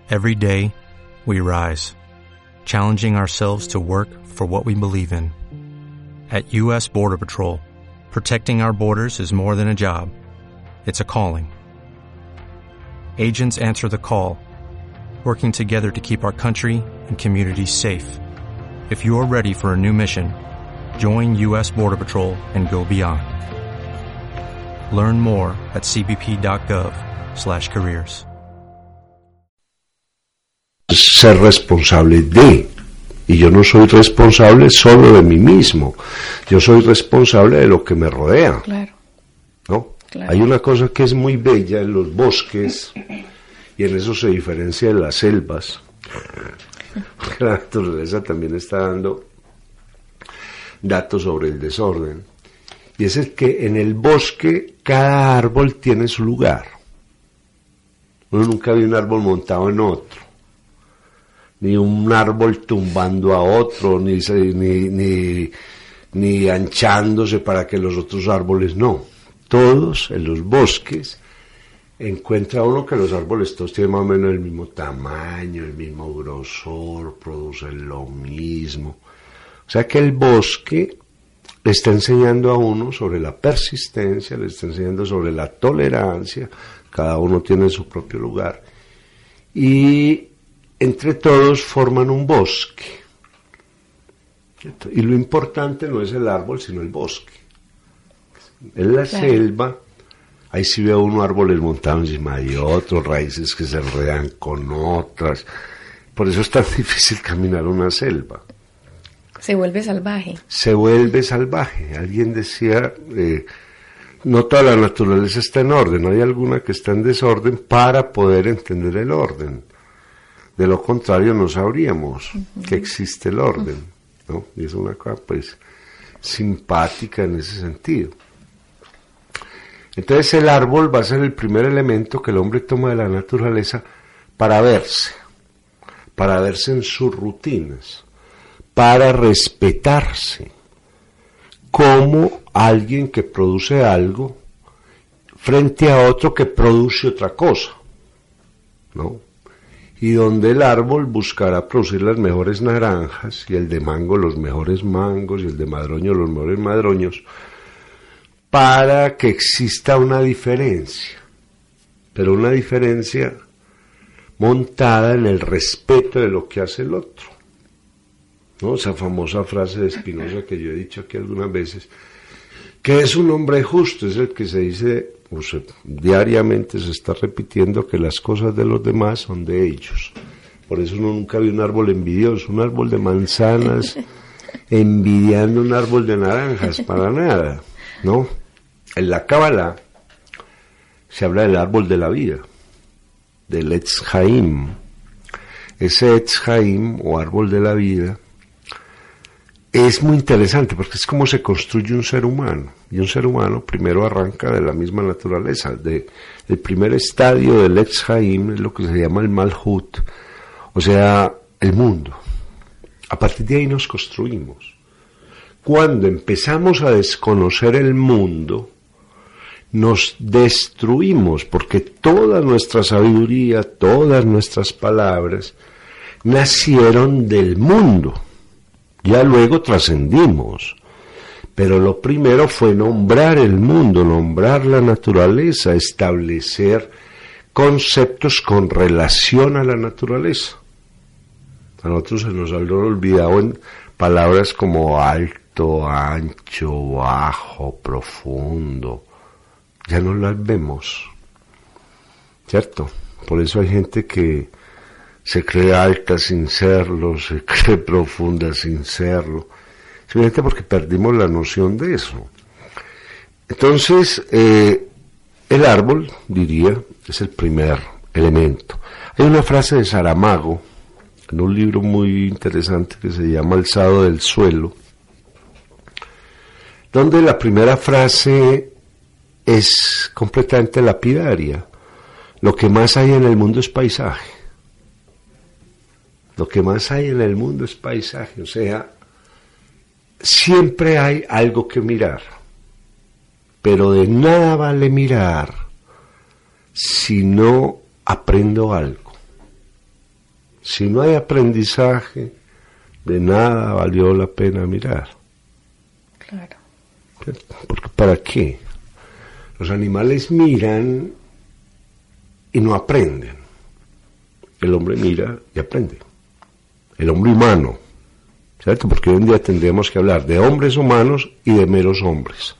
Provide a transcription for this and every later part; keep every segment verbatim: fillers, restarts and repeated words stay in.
Every day, we rise, challenging ourselves to work for what we believe in. At U S Border Patrol, protecting our borders is more than a job. It's a calling. Agents answer the call, working together to keep our country and communities safe. If you are ready for a new mission, join U S Border Patrol and go beyond. Learn more at c b p dot gov slash careers. Ser responsable de, y yo no soy responsable solo de mí mismo, yo soy responsable de lo que me rodea. Claro. ¿No? Claro. Hay una cosa que es muy bella en los bosques, y en eso se diferencia de las selvas, porque la naturaleza también está dando datos sobre el desorden, y es el que en el bosque cada árbol tiene su lugar. Uno nunca ve un árbol montado en otro, ni un árbol tumbando a otro, ni, ni, ni, ni anchándose para que los otros árboles no. Todos en los bosques encuentra uno que los árboles todos tienen más o menos el mismo tamaño, el mismo grosor, producen lo mismo. O sea que el bosque le está enseñando a uno sobre la persistencia, le está enseñando sobre la tolerancia, cada uno tiene su propio lugar, y entre todos forman un bosque. Y lo importante no es el árbol, sino el bosque. En la claro. selva, ahí sí veo unos árboles montados encima de otros, raíces que se enredan con otras. Por eso es tan difícil caminar una selva. Se vuelve salvaje. Se vuelve salvaje. Alguien decía, eh, no toda la naturaleza está en orden, hay alguna que está en desorden para poder entender el orden. De lo contrario no sabríamos uh-huh. que existe el orden, ¿no? Y es una cosa pues simpática en ese sentido. Entonces el árbol va a ser el primer elemento que el hombre toma de la naturaleza para verse, para verse en sus rutinas, para respetarse como alguien que produce algo frente a otro que produce otra cosa, ¿no? Y donde el árbol buscará producir las mejores naranjas, y el de mango los mejores mangos, y el de madroño los mejores madroños, para que exista una diferencia, pero una diferencia montada en el respeto de lo que hace el otro, ¿no? Esa famosa frase de Spinoza que yo he dicho aquí algunas veces, que es un hombre justo, es el que se dice, o sea, diariamente se está repitiendo que las cosas de los demás son de ellos. Por eso uno nunca ve un árbol envidioso, un árbol de manzanas envidiando un árbol de naranjas, para nada, ¿no? En la Cábala se habla del árbol de la vida, del Etz Haim. Ese Etz Haim, o árbol de la vida, es muy interesante porque es como se construye un ser humano, y un ser humano primero arranca de la misma naturaleza. De, el primer estadio del Etz Haim es lo que se llama el Malhut, o sea, el mundo. A partir de ahí nos construimos. Cuando empezamos a desconocer el mundo, nos destruimos, porque toda nuestra sabiduría, todas nuestras palabras nacieron del mundo. Ya luego trascendimos, pero lo primero fue nombrar el mundo, nombrar la naturaleza, establecer conceptos con relación a la naturaleza. A nosotros se nos ha olvidado en palabras como alto, ancho, bajo, profundo. Ya no las vemos, ¿cierto? Por eso hay gente que se cree alta sin serlo, se cree profunda sin serlo, simplemente porque perdimos la noción de eso. Entonces, eh, el árbol, diría, es el primer elemento. Hay una frase de Saramago, en un libro muy interesante que se llama Alzado del suelo, donde la primera frase es completamente lapidaria. Lo que más hay en el mundo es paisaje. Lo que más hay en el mundo es paisaje, o sea, siempre hay algo que mirar, pero de nada vale mirar si no aprendo algo. Si no hay aprendizaje, de nada valió la pena mirar. Claro. Porque ¿para qué? Los animales miran y no aprenden. El hombre mira y aprende. El hombre humano, ¿cierto? Porque hoy en día tendríamos que hablar de hombres humanos y de meros hombres.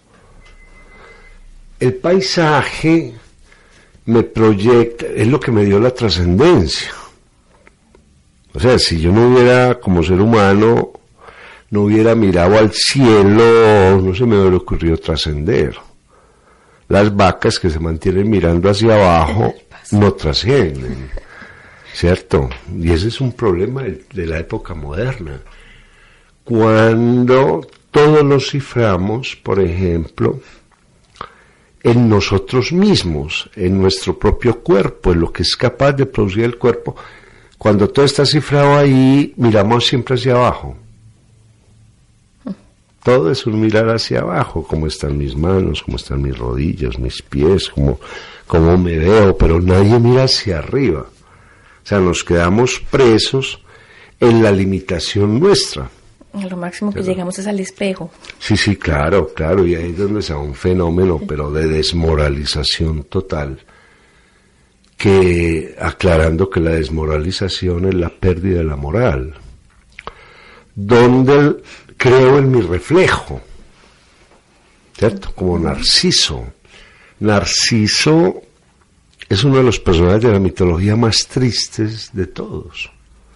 El paisaje me proyecta, es lo que me dio la trascendencia. O sea, si yo no hubiera, como ser humano, no hubiera mirado al cielo, no se me hubiera ocurrido trascender. Las vacas que se mantienen mirando hacia abajo no trascienden, ¿cierto? Y ese es un problema de la época moderna. Cuando todos nos ciframos, por ejemplo, en nosotros mismos, en nuestro propio cuerpo, en lo que es capaz de producir el cuerpo. Cuando todo está cifrado ahí, miramos siempre hacia abajo. Todo es un mirar hacia abajo, cómo están mis manos, cómo están mis rodillas, mis pies, cómo, cómo me veo, pero nadie mira hacia arriba. O sea, nos quedamos presos en la limitación nuestra. Lo máximo que Pero, llegamos es al espejo. Sí, sí, claro, claro, y ahí es donde se da un fenómeno, pero de desmoralización total, que aclarando que la desmoralización es la pérdida de la moral, donde creo en mi reflejo, ¿cierto? Como Narciso. Narciso es uno de los personajes de la mitología más tristes de todos.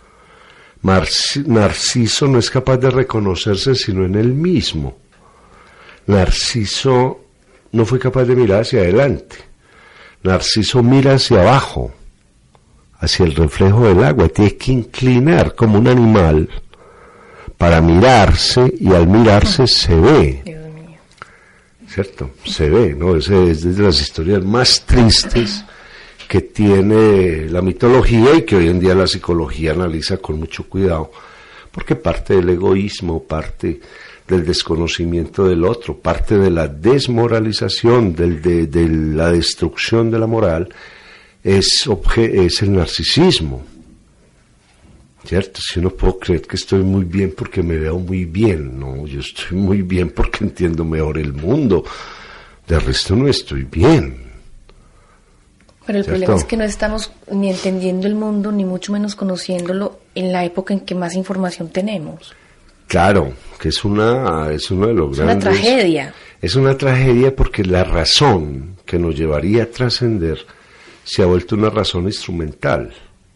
Narciso no es capaz de reconocerse sino en él mismo. Narciso no fue capaz de mirar hacia adelante. Narciso mira hacia abajo, hacia el reflejo del agua. Tiene que inclinar como un animal para mirarse, y al mirarse se ve. Dios mío. ¿Cierto? Se ve, ¿no? Ese es de las historias más tristes que tiene la mitología y que hoy en día la psicología analiza con mucho cuidado, porque parte del egoísmo, parte del desconocimiento del otro, parte de la desmoralización, del, de, de la destrucción de la moral, es, obje, es el narcisismo, ¿cierto? Si uno puedo creer que estoy muy bien porque me veo muy bien, no, yo estoy muy bien porque entiendo mejor el mundo, de resto no estoy bien. Pero el ¿Cierto? problema es que no estamos ni entendiendo el mundo, ni mucho menos conociéndolo en la época en que más información tenemos. Claro, que es una es uno de los Es grandes... una tragedia. Es una tragedia porque la razón que nos llevaría a trascender se ha vuelto una razón instrumental.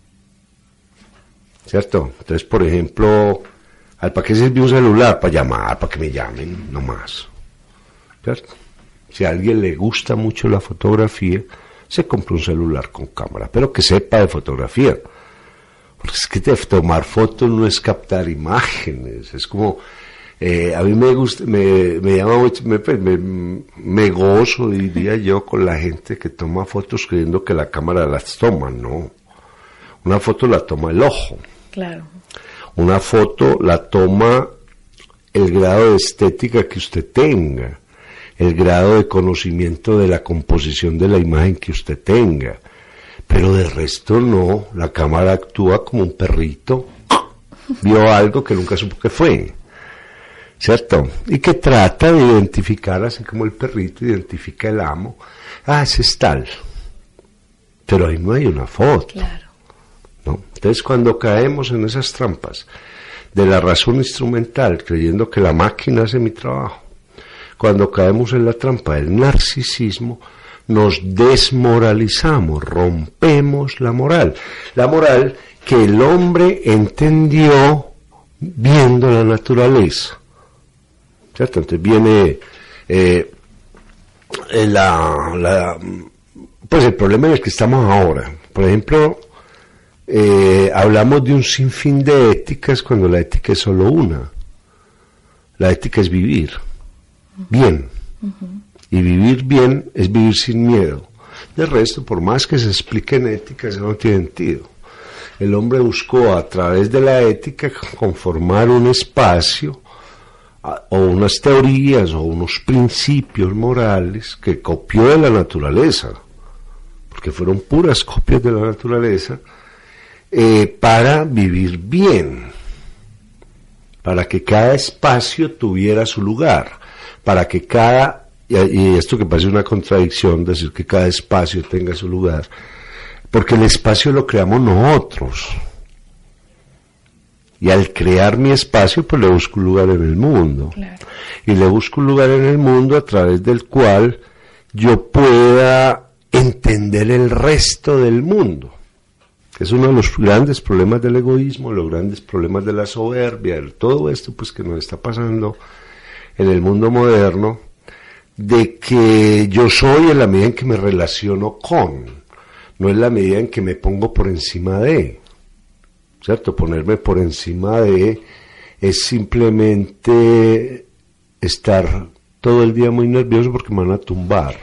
¿Cierto? Entonces, por ejemplo, ¿para qué sirve un celular? Para llamar, para que me llamen, no más. ¿Cierto? Si a alguien le gusta mucho la fotografía, se compra un celular con cámara, pero que sepa de fotografía. Porque es que de tomar fotos no es captar imágenes, es como, eh, a mí me gusta, me, me llama mucho, me, me, me gozo, diría yo, con la gente que toma fotos creyendo que la cámara las toma, no. Una foto la toma el ojo. Claro. Una foto la toma el grado de estética que usted tenga, el grado de conocimiento de la composición de la imagen que usted tenga, pero de resto no. La cámara actúa como un perrito, vio algo que nunca supo que fue, ¿cierto? Y que trata de identificar, así como el perrito identifica el amo, ah, ese es tal, pero ahí no hay una foto. Claro. ¿No? Entonces, cuando caemos en esas trampas de la razón instrumental, creyendo que la máquina hace mi trabajo, cuando caemos en la trampa del narcisismo, nos desmoralizamos, rompemos la moral. La moral que el hombre entendió viendo la naturaleza. ¿Cierto? Entonces viene eh, la, la, pues el problema en el que estamos ahora. Por ejemplo, eh, hablamos de un sinfín de éticas cuando la ética es solo una. La ética es vivir bien. Uh-huh. Y vivir bien es vivir sin miedo. De resto, por más que se explique en ética, eso no tiene sentido. El hombre buscó a través de la ética conformar un espacio a, o unas teorías o unos principios morales que copió de la naturaleza, porque fueron puras copias de la naturaleza, eh, para vivir bien, para que cada espacio tuviera su lugar, para que cada, y esto que parece una contradicción, decir que cada espacio tenga su lugar, porque el espacio lo creamos nosotros. Y al crear mi espacio, pues le busco un lugar en el mundo. Claro. Y le busco un lugar en el mundo a través del cual yo pueda entender el resto del mundo. Es uno de los grandes problemas del egoísmo, los grandes problemas de la soberbia, de todo esto pues que nos está pasando en el mundo moderno, de que yo soy en la medida en que me relaciono con, no en la medida en que me pongo por encima de. ¿Cierto? Ponerme por encima de es simplemente estar todo el día muy nervioso porque me van a tumbar.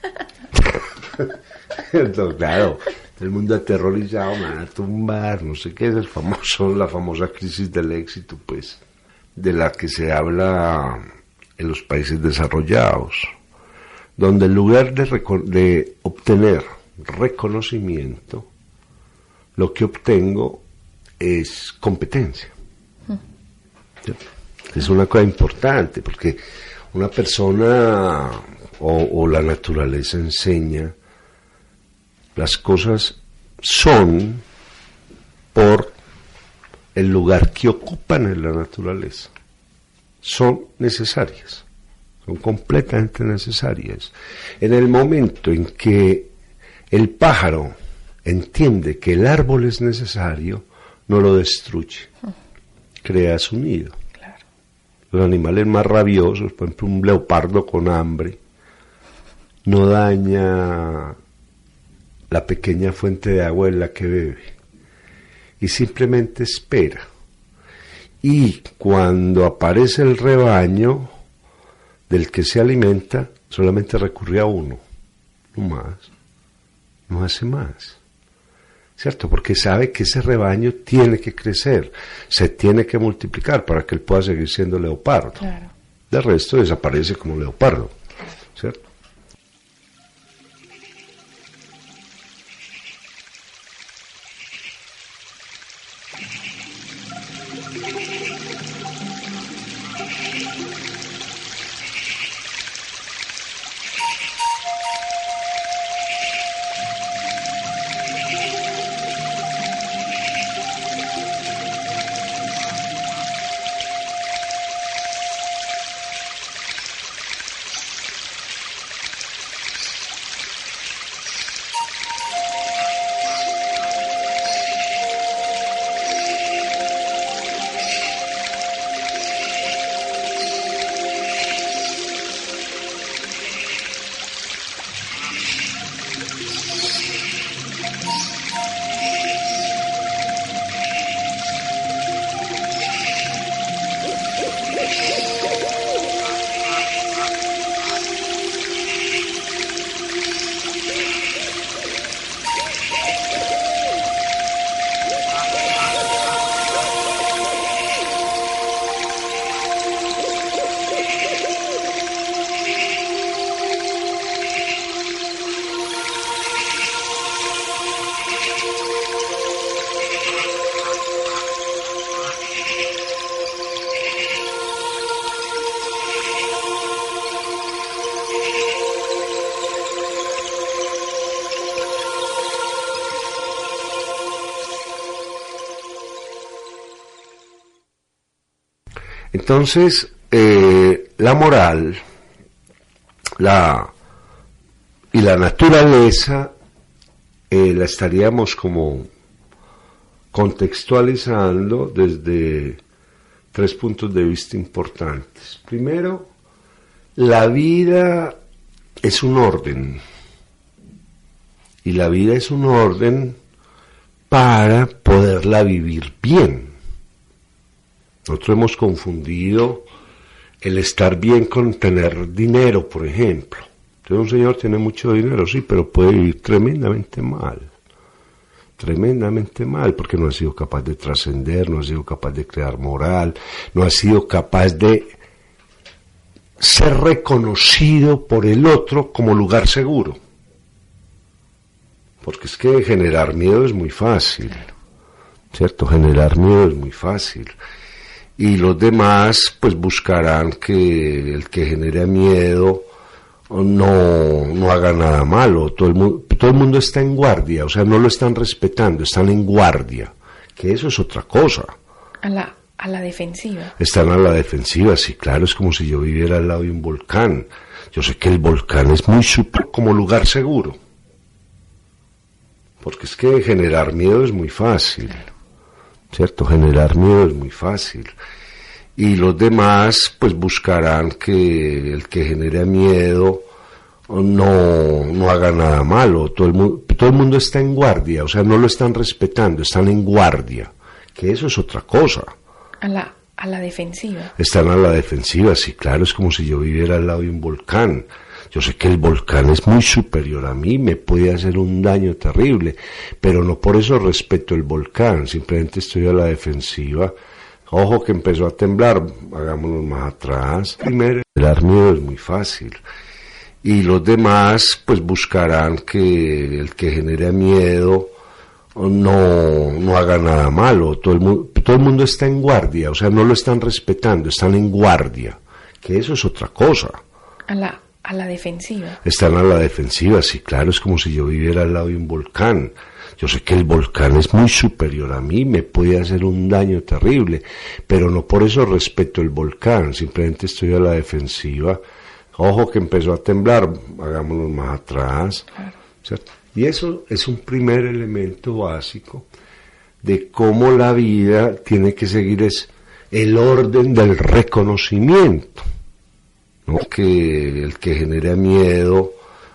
Entonces, claro, el mundo aterrorizado, me van a tumbar, no sé qué, es el famoso, la famosa crisis del éxito, pues, de la que se habla en los países desarrollados, donde en lugar de, reco- de obtener reconocimiento, lo que obtengo es competencia. ¿Sí? Es una cosa importante porque una persona o, o la naturaleza enseña las cosas son por el lugar que ocupan en la naturaleza, son necesarias, son completamente necesarias. En el momento en que el pájaro entiende que el árbol es necesario, no lo destruye, crea su nido. Claro. Los animales más rabiosos, por ejemplo un leopardo con hambre, no daña la pequeña fuente de agua en la que bebe, y simplemente espera. Y cuando aparece el rebaño del que se alimenta, solamente recurre a uno, no más, no hace más. ¿Cierto? Porque sabe que ese rebaño tiene que crecer, se tiene que multiplicar para que él pueda seguir siendo leopardo. Claro. De resto desaparece como leopardo, ¿cierto? Entonces, eh, la moral la, y la naturaleza eh, la estaríamos como contextualizando desde tres puntos de vista importantes. Primero, la vida es un orden, y la vida es un orden para poderla vivir bien. Nosotros hemos confundido el estar bien con tener dinero, por ejemplo. Entonces un señor tiene mucho dinero, sí, pero puede vivir tremendamente mal. Tremendamente mal, porque no ha sido capaz de trascender, no ha sido capaz de crear moral, no ha sido capaz de ser reconocido por el otro como lugar seguro. Porque es que generar miedo es muy fácil. ¿cierto? Generar miedo es muy fácil. Y los demás pues buscarán que el que genere miedo no, no haga nada malo. Todo el, mundo, todo el mundo está en guardia, o sea, no lo están respetando, están en guardia, que eso es otra cosa. A la, a la defensiva. Están a la defensiva, sí, claro, es como si yo viviera al lado de un volcán. Yo sé que el volcán es muy super como lugar seguro. Porque es que generar miedo es muy fácil, ¿cierto? Generar miedo es muy fácil. Y los demás pues buscarán que el que genere miedo no, no haga nada malo. Todo el, mundo, todo el mundo está en guardia, o sea, no lo están respetando, están en guardia, que eso es otra cosa. A la, a la defensiva. Están a la defensiva, sí, claro, es como si yo viviera al lado de un volcán. Yo sé que el volcán es muy superior a mí, me puede hacer un daño terrible, pero no por eso respeto el volcán, simplemente estoy a la defensiva. Ojo que empezó a temblar, hagámonos más atrás. Primero, el miedo es muy fácil. Y los demás pues buscarán que el que genere miedo no, no haga nada malo. Todo el, mundo, todo el mundo está en guardia, o sea, no lo están respetando, están en guardia, que eso es otra cosa. A la, a la defensiva. Están a la defensiva, sí, claro, es como si yo viviera al lado de un volcán. Yo sé que el volcán es muy superior a mí, me puede hacer un daño terrible, pero no por eso respeto el volcán, simplemente estoy a la defensiva. Ojo que empezó a temblar, hagámonos más atrás. ¿Cierto? Y eso es un primer elemento básico de cómo la vida tiene que seguir es el orden del reconocimiento, ¿no? Que el que genere miedo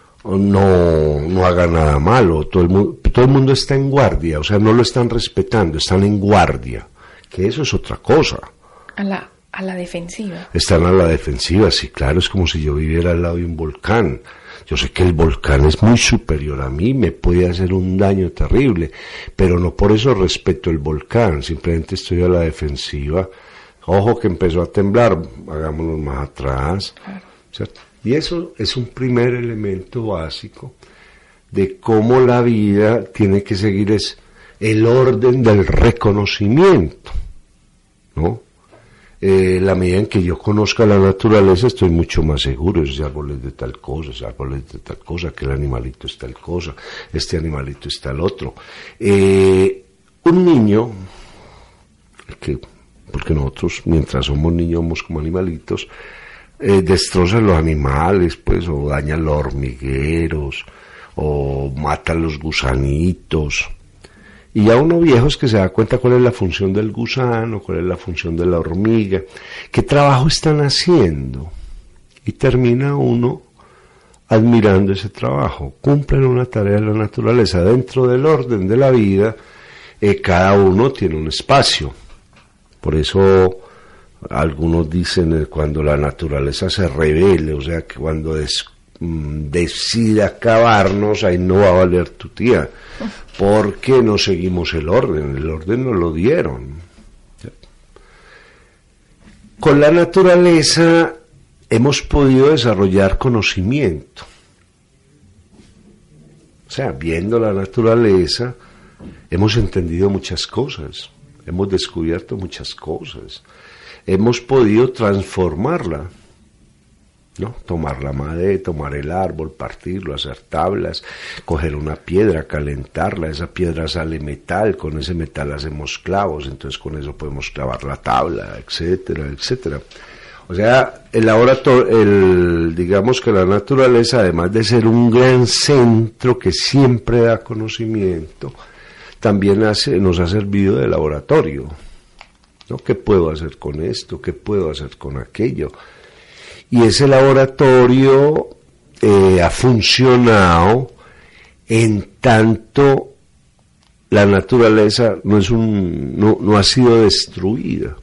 no, no haga nada malo. Todo el, mundo, todo el mundo está en guardia, o sea, no lo están respetando, están en guardia, que eso es otra cosa. A la, a la defensiva. Están a la defensiva, sí, claro, es como si yo viviera al lado de un volcán. Yo sé que el volcán es muy superior a mí, me puede hacer un daño terrible, pero no por eso respeto el volcán, simplemente estoy a la defensiva. Ojo que empezó a temblar, hagámonos más atrás. ¿Cierto? Y eso es un primer elemento básico de cómo la vida tiene que seguir es el orden del reconocimiento, ¿no? Eh, la medida en que yo conozca la naturaleza estoy mucho más seguro, ese árbol es de tal cosa, ese árbol es de tal cosa, aquel animalito es tal cosa, este animalito es tal otro. Eh, un niño, que, porque nosotros mientras somos niños somos como animalitos, eh, destrozan los animales, pues, o dañan los hormigueros, o matan los gusanitos. Y ya uno viejo es que se da cuenta cuál es la función del gusano, cuál es la función de la hormiga, qué trabajo están haciendo. Y termina uno admirando ese trabajo. Cumplen una tarea de la naturaleza. Dentro del orden de la vida, eh, cada uno tiene un espacio. Por eso algunos dicen eh, cuando la naturaleza se revele, o sea, que cuando des, mm, decide acabarnos, ahí no va a valer tu tía. Porque no seguimos el orden, el orden nos lo dieron. Con la naturaleza hemos podido desarrollar conocimiento. O sea, viendo la naturaleza hemos entendido muchas cosas, hemos descubierto muchas cosas, hemos podido transformarla. ¿No? Tomar la madera, tomar el árbol, partirlo, hacer tablas, coger una piedra, calentarla, esa piedra sale metal, con ese metal hacemos clavos, entonces con eso podemos clavar la tabla, etcétera, etcétera. O sea, el laboratorio, el, digamos que la naturaleza, además de ser un gran centro que siempre da conocimiento, también hace, nos ha servido de laboratorio, ¿no? ¿Qué puedo hacer con esto? ¿Qué puedo hacer con aquello? Y ese laboratorio eh, ha funcionado en tanto la naturaleza no es un no, no ha sido destruida.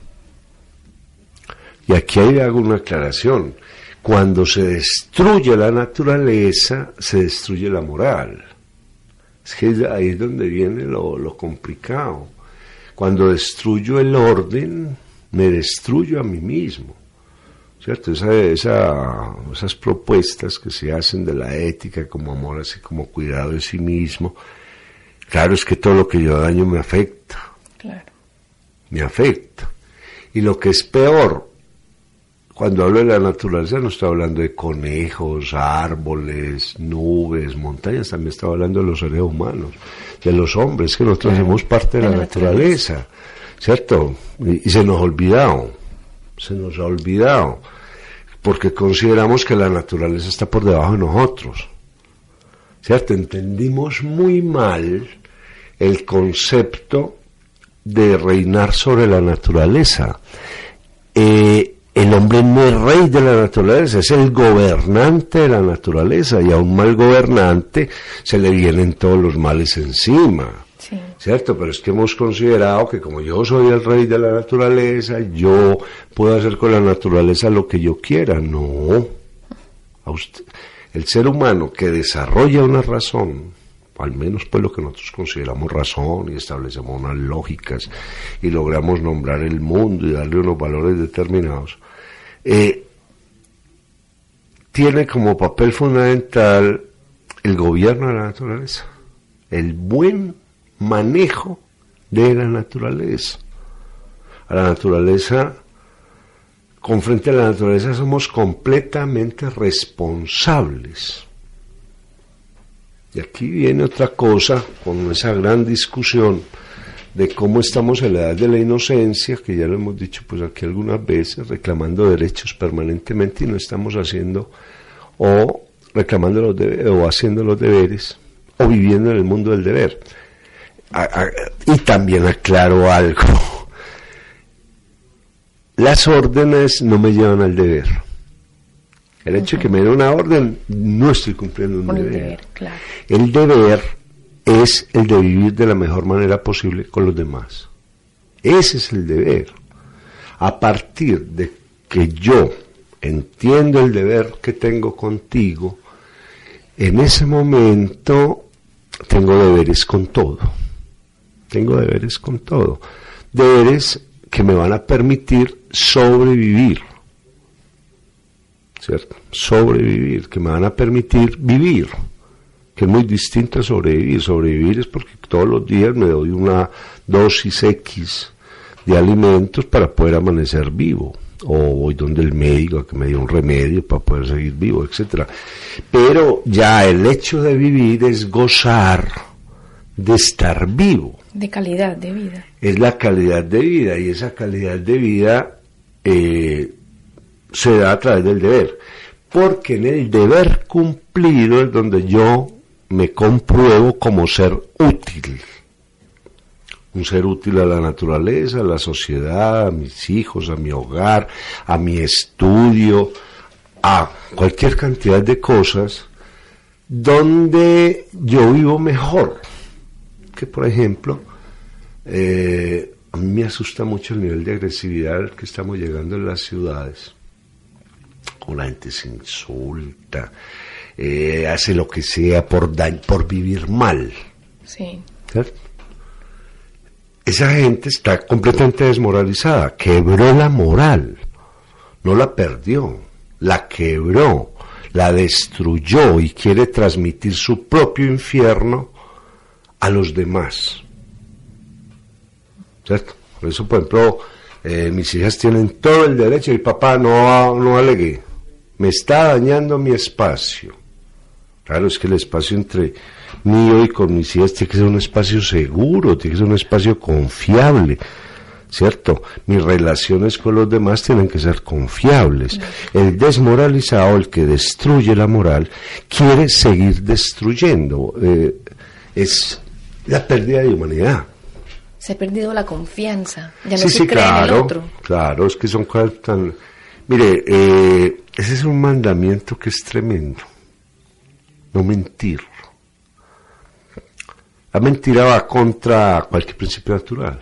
Y aquí hay hago una aclaración. Cuando se destruye la naturaleza, se destruye la moral. Es que ahí es donde viene lo, lo complicado. Cuando destruyo el orden, me destruyo a mí mismo. ¿Cierto? Esa, esa, esas propuestas que se hacen de la ética como amor, así como cuidado de sí mismo, claro, es que todo lo que yo daño me afecta, Claro. Me afecta. Y lo que es peor, cuando hablo de la naturaleza no estoy hablando de conejos, árboles, nubes, montañas, también estoy hablando de los seres humanos, de los hombres, que nosotros claro, somos parte de, de la, la naturaleza, naturaleza, ¿cierto? Y, y se nos ha olvidado, se nos ha olvidado, porque consideramos que la naturaleza está por debajo de nosotros, ¿cierto? Entendimos muy mal el concepto de reinar sobre la naturaleza. Eh, el hombre no es rey de la naturaleza, es el gobernante de la naturaleza, y a un mal gobernante se le vienen todos los males encima, sí. ¿Cierto? Pero es que hemos considerado que como yo soy el rey de la naturaleza, yo puedo hacer con la naturaleza lo que yo quiera. No. A usted, el ser humano que desarrolla una razón, al menos pues lo que nosotros consideramos razón, y establecemos unas lógicas y logramos nombrar el mundo y darle unos valores determinados, eh, tiene como papel fundamental el gobierno de la naturaleza, el buen manejo de la naturaleza. A la naturaleza, con frente a la naturaleza somos completamente responsables. Y aquí viene otra cosa, con esa gran discusión de cómo estamos en la edad de la inocencia, que ya lo hemos dicho pues aquí algunas veces, reclamando derechos permanentemente y no estamos haciendo, o reclamando los deberes, o haciendo los deberes, o viviendo en el mundo del deber. A, a, y también aclaro algo, las órdenes no me llevan al deber. El hecho uh-huh. de que me dé una orden, no estoy cumpliendo un Con deber. El deber, claro. El deber es el de vivir de la mejor manera posible con los demás. Ese es el deber. A partir de que yo entiendo el deber que tengo contigo, en ese momento tengo deberes con todo. Tengo deberes con todo. Deberes que me van a permitir sobrevivir. ¿Cierto? Sobrevivir, que me van a permitir vivir, que es muy distinto a sobrevivir. Sobrevivir es porque todos los días me doy una dosis X de alimentos para poder amanecer vivo, o voy donde el médico a que me dé un remedio para poder seguir vivo, etcétera. Pero ya el hecho de vivir es gozar de estar vivo. De calidad de vida. Es la calidad de vida, y esa calidad de vida eh, se da a través del deber, porque en el deber cumplido es donde yo me compruebo como ser útil, un ser útil a la naturaleza, a la sociedad, a mis hijos, a mi hogar, a mi estudio, a cualquier cantidad de cosas, donde yo vivo mejor. Que por ejemplo, eh, a mí me asusta mucho el nivel de agresividad al que estamos llegando en las ciudades. Como la gente se insulta, eh, hace lo que sea por da- por vivir mal. Sí. ¿Cierto? Esa gente está completamente desmoralizada, quebró la moral, no la perdió, la quebró, la destruyó y quiere transmitir su propio infierno a los demás. ¿Cierto? Por eso, por ejemplo, eh, mis hijas tienen todo el derecho, y papá, no, no alegué, me está dañando mi espacio. Claro, es que el espacio entre mío y con mis hijas tiene que ser un espacio seguro, tiene que ser un espacio confiable, ¿cierto? Mis relaciones con los demás tienen que ser confiables. El desmoralizado, el que destruye la moral, quiere seguir destruyendo. Eh, es la pérdida de humanidad. Se ha perdido la confianza, ya no sí, se sí, cree claro, en el otro. Claro, es que son cosas tan... Mire, eh, ese es un mandamiento que es tremendo. No mentir. La mentira va contra cualquier principio natural.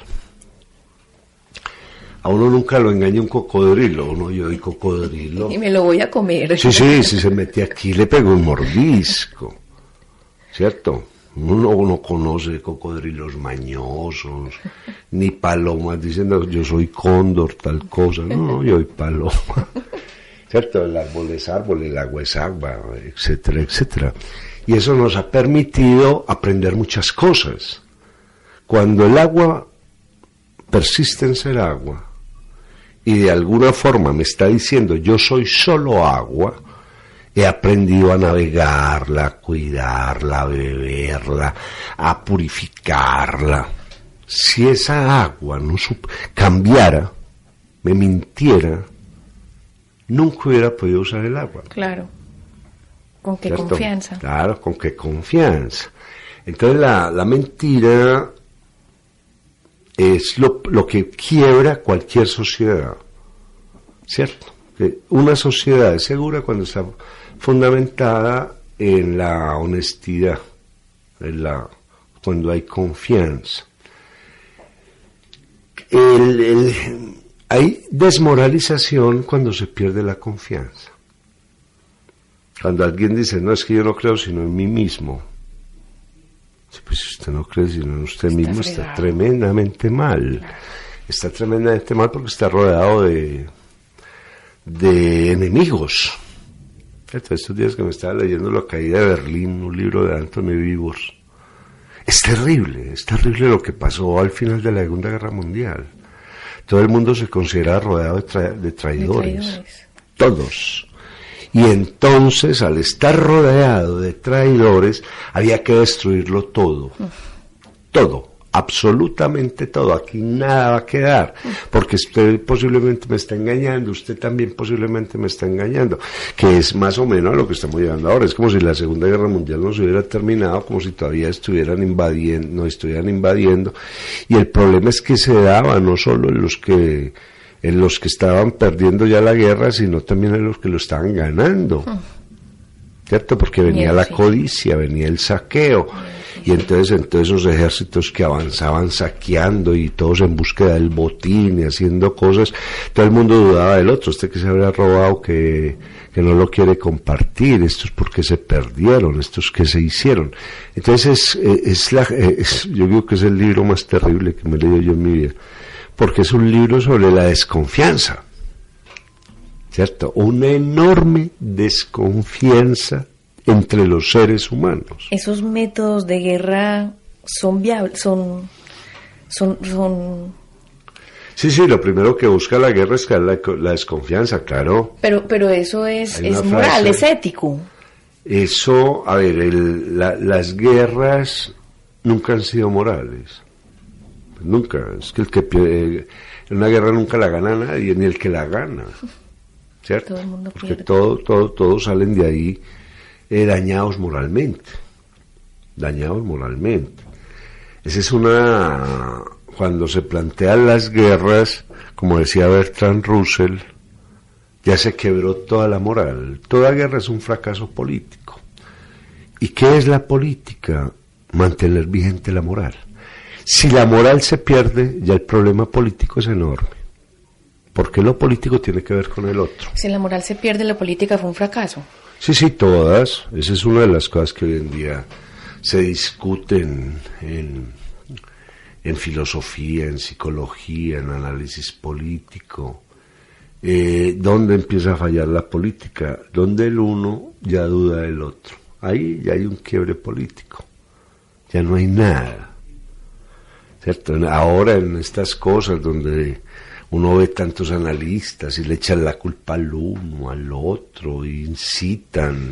A uno nunca lo engaña un cocodrilo, uno yo y cocodrilo. Y me lo voy a comer. Sí, sí, si se mete aquí le pego un mordisco, ¿cierto? Uno no conoce cocodrilos mañosos, ni palomas diciendo yo soy cóndor, tal cosa. No, yo soy paloma. ¿Cierto? El árbol es árbol, el agua es agua, etcétera, etcétera. Y eso nos ha permitido aprender muchas cosas. Cuando el agua persiste en ser agua y de alguna forma me está diciendo yo soy solo agua, he aprendido a navegarla, a cuidarla, a beberla, a purificarla. Si esa agua no sup- cambiara, me mintiera, nunca hubiera podido usar el agua. Claro. ¿Con qué ¿Cierto? confianza? Claro, con qué confianza. Entonces la, la mentira es lo, lo que quiebra cualquier sociedad, ¿cierto? Que una sociedad es segura cuando está fundamentada en la honestidad, en la, cuando hay confianza. El, el, hay desmoralización cuando se pierde la confianza. Cuando alguien dice, no, es que yo no creo sino en mí mismo. Pues si usted no cree sino en usted Está mismo, fregado. está tremendamente mal. Claro. Está tremendamente mal porque está rodeado de, de enemigos. ¿Cierto? Estos días que me estaba leyendo La caída de Berlín, un libro de Anthony Beevors. Es terrible, es terrible lo que pasó al final de la Segunda Guerra Mundial. Todo el mundo se considera rodeado de, tra- de traidores. De traidores. Todos. Y entonces, al estar rodeado de traidores, había que destruirlo todo. Todo, absolutamente todo. Aquí nada va a quedar, porque usted posiblemente me está engañando, usted también posiblemente me está engañando, que es más o menos a lo que estamos llegando ahora. Es como si la Segunda Guerra Mundial no se hubiera terminado, como si todavía estuvieran invadiendo, no estuvieran invadiendo. Y el problema es que se daba no solo en los que en los que estaban perdiendo ya la guerra, sino también en los que lo estaban ganando, ¿cierto? Porque venía Miedo, la sí. codicia, venía el saqueo, y entonces entonces esos ejércitos que avanzaban saqueando y todos en búsqueda del botín y haciendo cosas, todo el mundo dudaba del otro, este que se había robado, que, que no lo quiere compartir, estos porque se perdieron, estos que se hicieron. Entonces es, es la, es, yo digo que es el libro más terrible que me he leído yo en mi vida, porque es un libro sobre la desconfianza, ¿cierto? Una enorme desconfianza entre los seres humanos. Esos métodos de guerra son viables, son, son, son, Sí, sí, lo primero que busca la guerra es que la, la desconfianza, claro. pero, pero eso es, Hay es una moral, frase. es ético. Eso, a ver, el, la, las guerras nunca han sido morales. Nunca. Es que el que pierde, en una guerra nunca la gana nadie, ni el que la gana. ¿Cierto? Todo el mundo Porque pierde. todo, todo, todos salen de ahí eh, dañados moralmente. Dañados moralmente. Esa es una... Cuando se plantean las guerras, como decía Bertrand Russell, ya se quebró toda la moral. Toda guerra es un fracaso político. ¿Y qué es la política? Mantener vigente la moral. Si la moral se pierde, ya el problema político es enorme. Porque lo político tiene que ver con el otro. Si la moral se pierde, la política fue un fracaso. Sí, sí, todas. Esa es una de las cosas que hoy en día se discuten en, en filosofía, en psicología, en análisis político. Eh, ¿Dónde empieza a fallar la política? Donde el uno ya duda del otro. Ahí ya hay un quiebre político. Ya no hay nada. ¿Cierto? Ahora en estas cosas donde uno ve tantos analistas y le echan la culpa al uno, al otro, e incitan,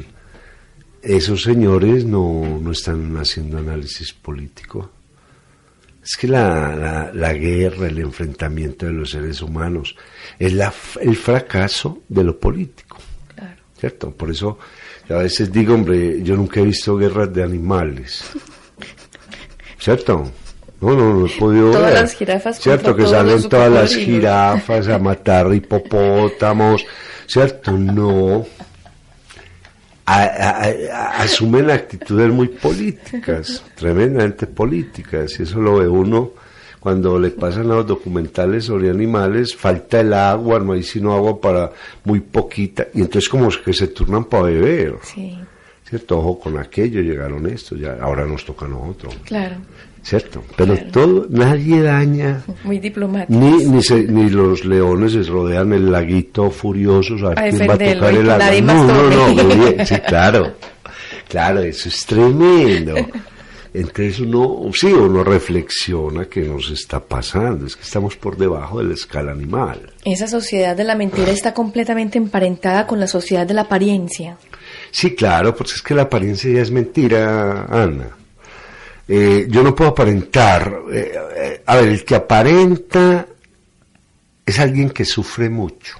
esos señores no, no están haciendo análisis político. Es que la, la, la guerra, el enfrentamiento de los seres humanos es la, el fracaso de lo político. Claro. ¿Cierto? Por eso a veces digo, hombre, yo nunca he visto guerras de animales. ¿Cierto? No, no, no he podido Todas ver. las jirafas ¿Cierto? contra Que todos salen los todas las cocodrilos. jirafas a matar hipopótamos. ¿Cierto? No. A, a, a, asumen actitudes muy políticas, tremendamente políticas, y eso lo ve uno cuando le pasan a los documentales sobre animales, falta el agua, no hay sino agua para muy poquita, y entonces como que se turnan para beber, Sí, ¿cierto? Ojo con aquello, llegaron estos, ya ahora nos toca a nosotros, claro. ¿cierto? Pero Claro. todo, nadie daña, Muy diplomático. ni ni, se, ni los leones se rodean el laguito furiosos a ver A quién va a defenderlo tocar y el que agua. nadie No, más no, no, tome. muy bien, sí, claro, claro, eso es tremendo. Entonces uno, sí, uno reflexiona que nos está pasando, es que estamos por debajo de la escala animal. Esa sociedad de la mentira está completamente emparentada con la sociedad de la apariencia. Sí, claro, porque es que la apariencia ya es mentira, Ana. Eh, yo no puedo aparentar. Eh, eh, a ver, el que aparenta es alguien que sufre mucho,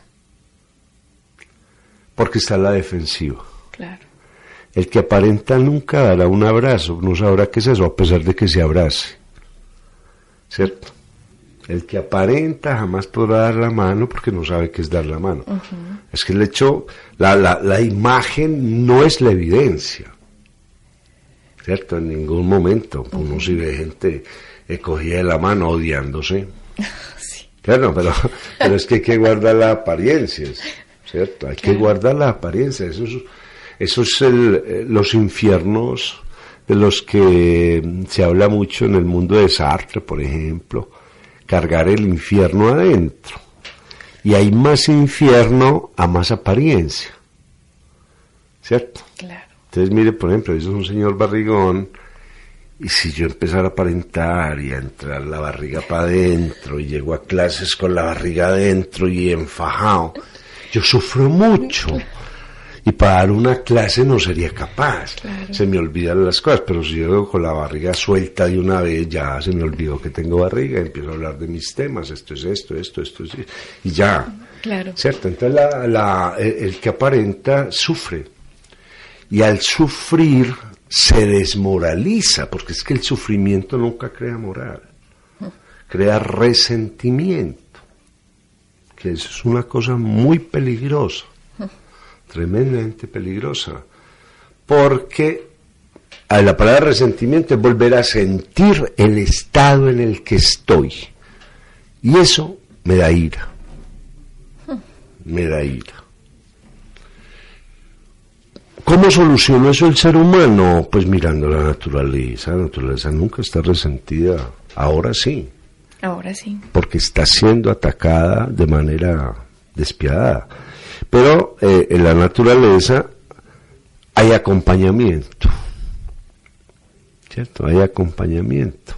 porque está en la defensiva. Claro. El que aparenta nunca dará un abrazo, no sabrá qué es eso, a pesar de que se abrace. ¿Cierto? El que aparenta jamás podrá dar la mano porque no sabe qué es dar la mano. Uh-huh. Es que el hecho, la, la, la imagen no es la evidencia. ¿Cierto? En ningún momento. Uh-huh. Uno si ve gente eh, cogida de la mano odiándose. Sí. Claro, pero, pero es que hay que guardar las apariencias. ¿Cierto? Hay claro. que guardar las apariencias. Eso es, eso es el, los infiernos de los que se habla mucho en el mundo de Sartre, por ejemplo. Cargar el infierno adentro. Y hay más infierno a más apariencia. ¿Cierto? Claro. Entonces, mire, por ejemplo, eso es un señor barrigón, y si yo empezara a aparentar y a entrar la barriga para adentro, y llego a clases con la barriga adentro y enfajado, yo sufro mucho. Y para dar una clase no sería capaz. Claro. Se me olvidan las cosas, pero si yo llego con la barriga suelta de una vez, ya se me olvidó que tengo barriga, empiezo a hablar de mis temas, esto es esto, esto, esto es esto, y ya. Claro. ¿Cierto? Entonces la, la, el que aparenta sufre. Y al sufrir se desmoraliza, porque es que el sufrimiento nunca crea moral, crea resentimiento, que eso es una cosa muy peligrosa. Tremendamente peligrosa, porque a la palabra resentimiento es volver a sentir el estado en el que estoy, y eso me da ira, me da ira. ¿Cómo solucionó eso el ser humano? Pues mirando la naturaleza. La naturaleza nunca está resentida, ahora sí. Ahora sí. Porque está siendo atacada de manera despiadada. Pero eh, en la naturaleza hay acompañamiento, ¿cierto? Hay acompañamiento.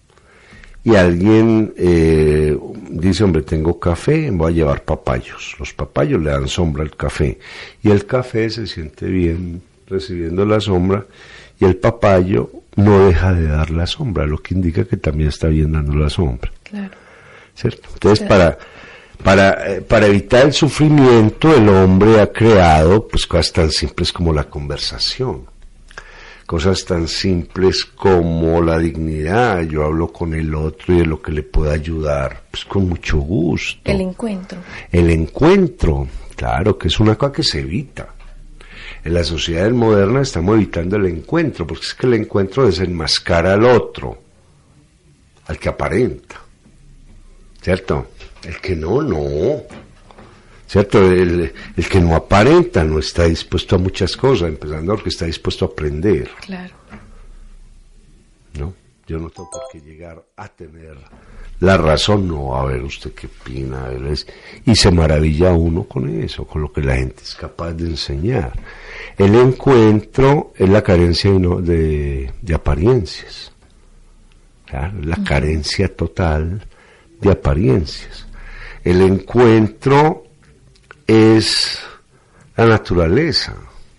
Y alguien eh, dice, hombre, tengo café, voy a llevar papayos. Los papayos le dan sombra al café. Y el café se siente bien recibiendo la sombra, y el papayo no deja de dar la sombra, lo que indica que también está bien dando la sombra. Claro. ¿Cierto? Entonces, claro. para... Para, eh, para evitar el sufrimiento, el hombre ha creado pues cosas tan simples como la conversación, cosas tan simples como la dignidad. Yo hablo con el otro y de lo que le pueda ayudar, pues con mucho gusto. El encuentro. El encuentro, claro, que es una cosa que se evita. En la sociedad moderna estamos evitando el encuentro, porque es que el encuentro desenmascara al otro, al que aparenta, ¿cierto? El que no, no, ¿cierto? El, el que no aparenta no está dispuesto a muchas cosas, empezando porque está dispuesto a aprender. Claro. ¿No? Yo no tengo por qué llegar a tener la razón, no, a ver usted qué opina, a ver, es, y se maravilla uno con eso, con lo que la gente es capaz de enseñar. El encuentro es la carencia de, no, de, de apariencias, claro, la uh-huh. carencia total de apariencias. El encuentro es la naturaleza.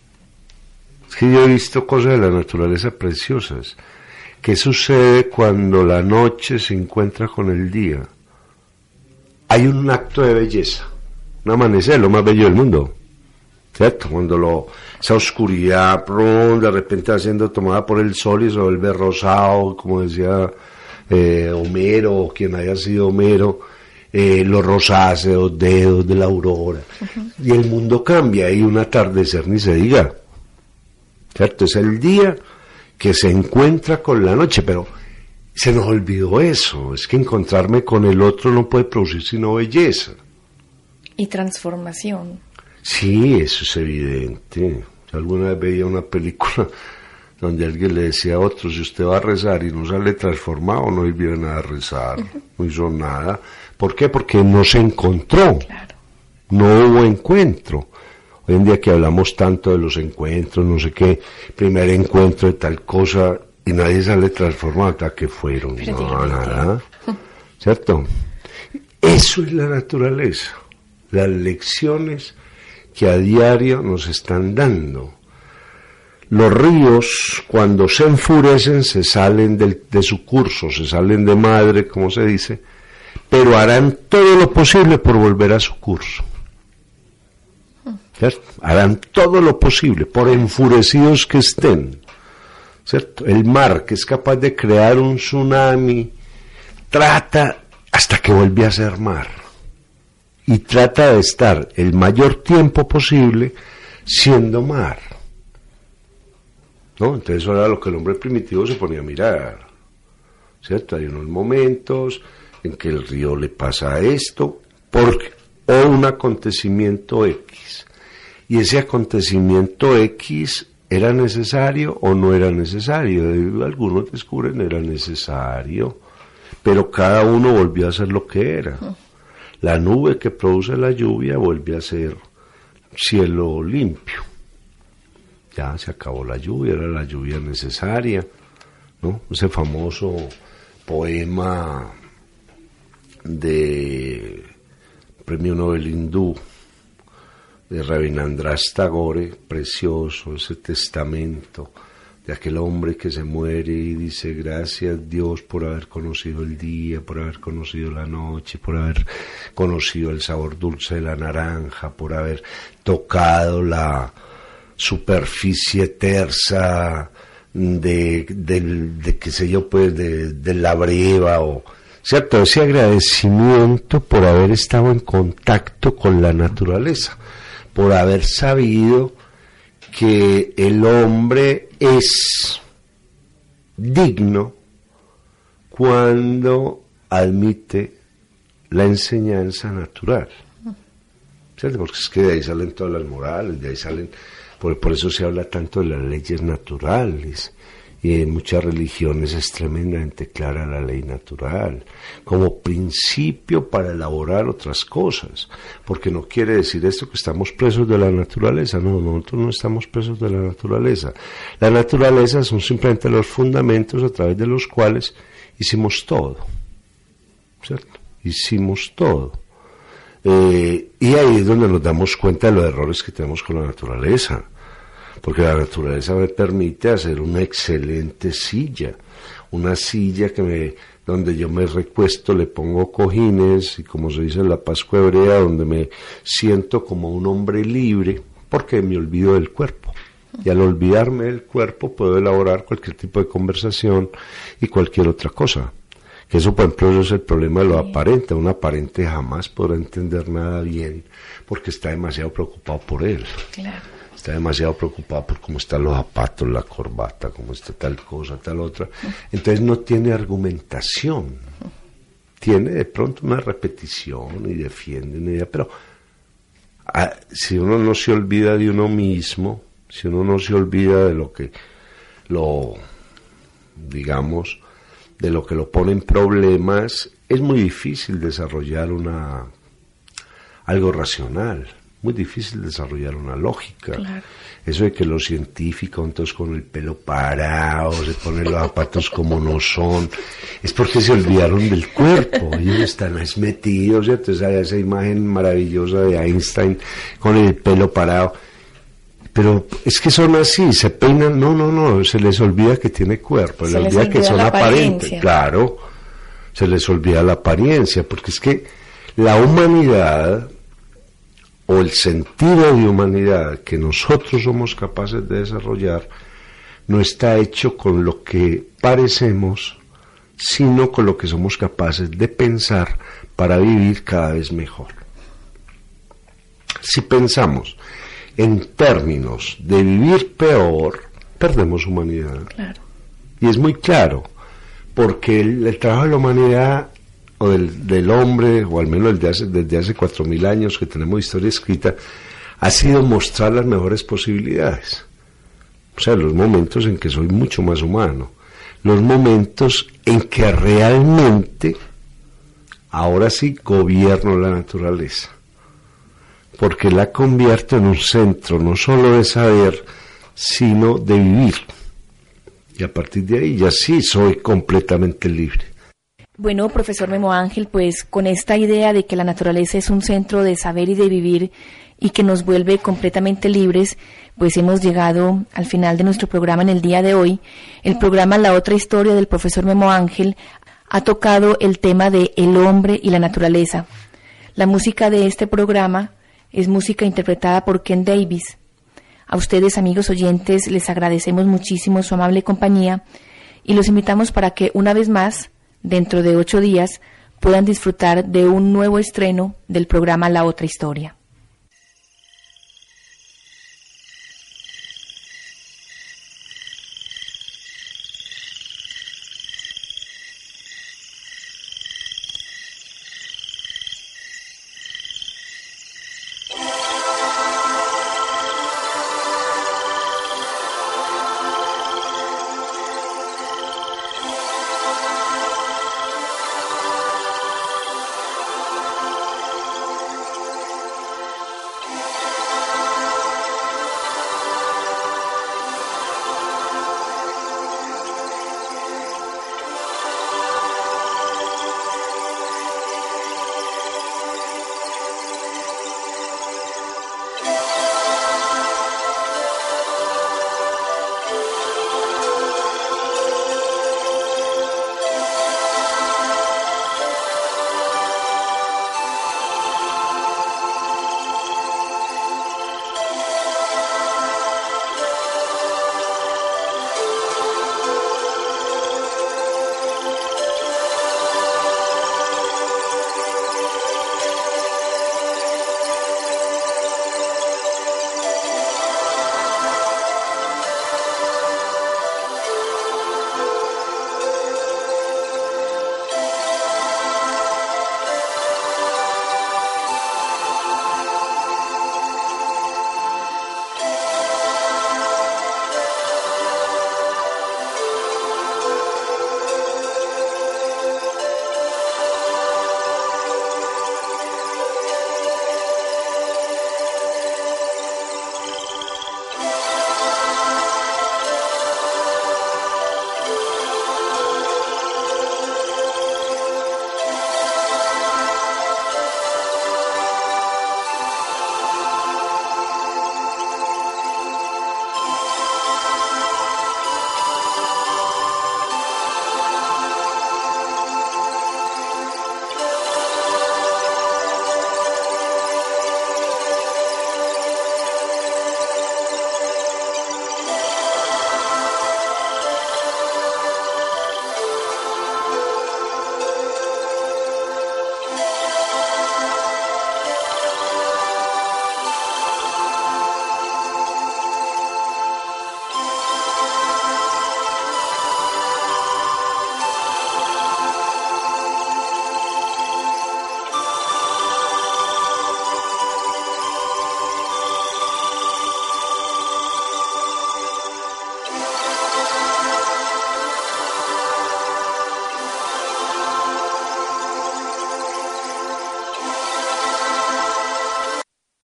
Es que yo he visto cosas de la naturaleza preciosas. ¿Qué sucede cuando la noche se encuentra con el día? Hay un acto de belleza, un amanecer, lo más bello del mundo, ¿cierto? Cuando lo, esa oscuridad prum, de repente va siendo tomada por el sol y se vuelve rosado, como decía eh, Homero, o quien haya sido Homero, eh, los rosáceos, dedos de la aurora, uh-huh. y el mundo cambia, y un atardecer ni se diga, ¿cierto? Es el día que se encuentra con la noche, pero se nos olvidó eso, es que encontrarme con el otro no puede producir sino belleza. Y transformación. Sí, eso es evidente. Yo alguna vez veía una película donde alguien le decía a otro, si usted va a rezar y no sale transformado, no viene a rezar, uh-huh. no hizo nada. ¿Por qué? Porque no se encontró, claro. no hubo encuentro. Hoy en día que hablamos tanto de los encuentros, no sé qué, primer encuentro de tal cosa, y nadie sale transformado. ¿A qué fueron? No, nada. ¿Cierto? Eso es la naturaleza. Las lecciones que a diario nos están dando. Los ríos, cuando se enfurecen, se salen del, de su curso, se salen de madre, como se dice, pero harán todo lo posible por volver a su curso. ¿Cierto? Harán todo lo posible, por enfurecidos que estén. ¿Cierto? El mar, que es capaz de crear un tsunami, trata hasta que vuelve a ser mar. Y trata de estar el mayor tiempo posible siendo mar. ¿No? Entonces eso era lo que el hombre primitivo se ponía a mirar. ¿Cierto? Hay unos momentos en que el río le pasa esto, porque, o un acontecimiento X. Y ese acontecimiento X era necesario o no era necesario. Algunos descubren era necesario, pero cada uno volvió a ser lo que era. La nube que produce la lluvia vuelve a ser cielo limpio. Ya se acabó la lluvia, era la lluvia necesaria, ¿no? Ese famoso poema de Premio Nobel hindú de Rabindranath Tagore, precioso, ese testamento de aquel hombre que se muere y dice: gracias Dios por haber conocido el día, por haber conocido la noche, por haber conocido el sabor dulce de la naranja, por haber tocado la superficie tersa de, de, de qué sé yo, pues, de, de la breva, o cierto, ese agradecimiento por haber estado en contacto con la naturaleza, por haber sabido que el hombre es digno cuando admite la enseñanza natural, ¿cierto? Porque es que de ahí salen todas las morales, de ahí salen, por, por eso se habla tanto de las leyes naturales, y en muchas religiones es tremendamente clara la ley natural, como principio para elaborar otras cosas, porque no quiere decir esto que estamos presos de la naturaleza, no, nosotros no estamos presos de la naturaleza. La naturaleza son simplemente los fundamentos a través de los cuales hicimos todo, ¿cierto? Hicimos todo. Eh, y ahí es donde nos damos cuenta de los errores que tenemos con la naturaleza. Porque la naturaleza me permite hacer una excelente silla, una silla que me, donde yo me recuesto, le pongo cojines, y como se dice en la Pascua hebrea, donde me siento como un hombre libre, porque me olvido del cuerpo. Y al olvidarme del cuerpo puedo elaborar cualquier tipo de conversación y cualquier otra cosa. Que eso, por ejemplo, eso es el problema de lo aparente. Un aparente jamás podrá entender nada bien, porque está demasiado preocupado por él. Claro. Está demasiado preocupado por cómo están los zapatos, la corbata, cómo está tal cosa, tal otra. Entonces no tiene argumentación. Tiene de pronto una repetición y defiende una idea, pero ah, si uno no se olvida de uno mismo, si uno no se olvida de lo que lo, digamos, de lo que lo pone en problemas, es muy difícil desarrollar una algo racional. Muy difícil desarrollar una lógica. Claro. Eso de que los científicos, entonces con el pelo parado, se ponen los zapatos como no son, es porque se olvidaron del cuerpo. Ellos están metidos, ¿cierto? Esa, esa imagen maravillosa de Einstein con el pelo parado. Pero es que son así, se peinan, no, no, no, se les olvida que tiene cuerpo, se les olvida que son aparentes. Claro, se les olvida la apariencia, porque es que la humanidad, o el sentido de humanidad que nosotros somos capaces de desarrollar, no está hecho con lo que parecemos, sino con lo que somos capaces de pensar para vivir cada vez mejor. Si pensamos en términos de vivir peor, perdemos humanidad. Claro. Y es muy claro, porque el, el trabajo de la humanidad, o del, del hombre, o al menos desde hace, desde hace cuatro mil años que tenemos historia escrita, ha sido mostrar las mejores posibilidades. O sea, los momentos en que soy mucho más humano, los momentos en que realmente, ahora sí, gobierno la naturaleza, porque la convierto en un centro no solo de saber, sino de vivir. Y a partir de ahí ya sí soy completamente libre. Bueno, profesor Memo Ángel, pues con esta idea de que la naturaleza es un centro de saber y de vivir y que nos vuelve completamente libres, pues hemos llegado al final de nuestro programa en el día de hoy. El programa La Otra Historia del profesor Memo Ángel ha tocado el tema de el hombre y la naturaleza. La música de este programa es música interpretada por Ken Davis. A ustedes, amigos oyentes, les agradecemos muchísimo su amable compañía y los invitamos para que una vez más, dentro de ocho días, puedan disfrutar de un nuevo estreno del programa La Otra Historia.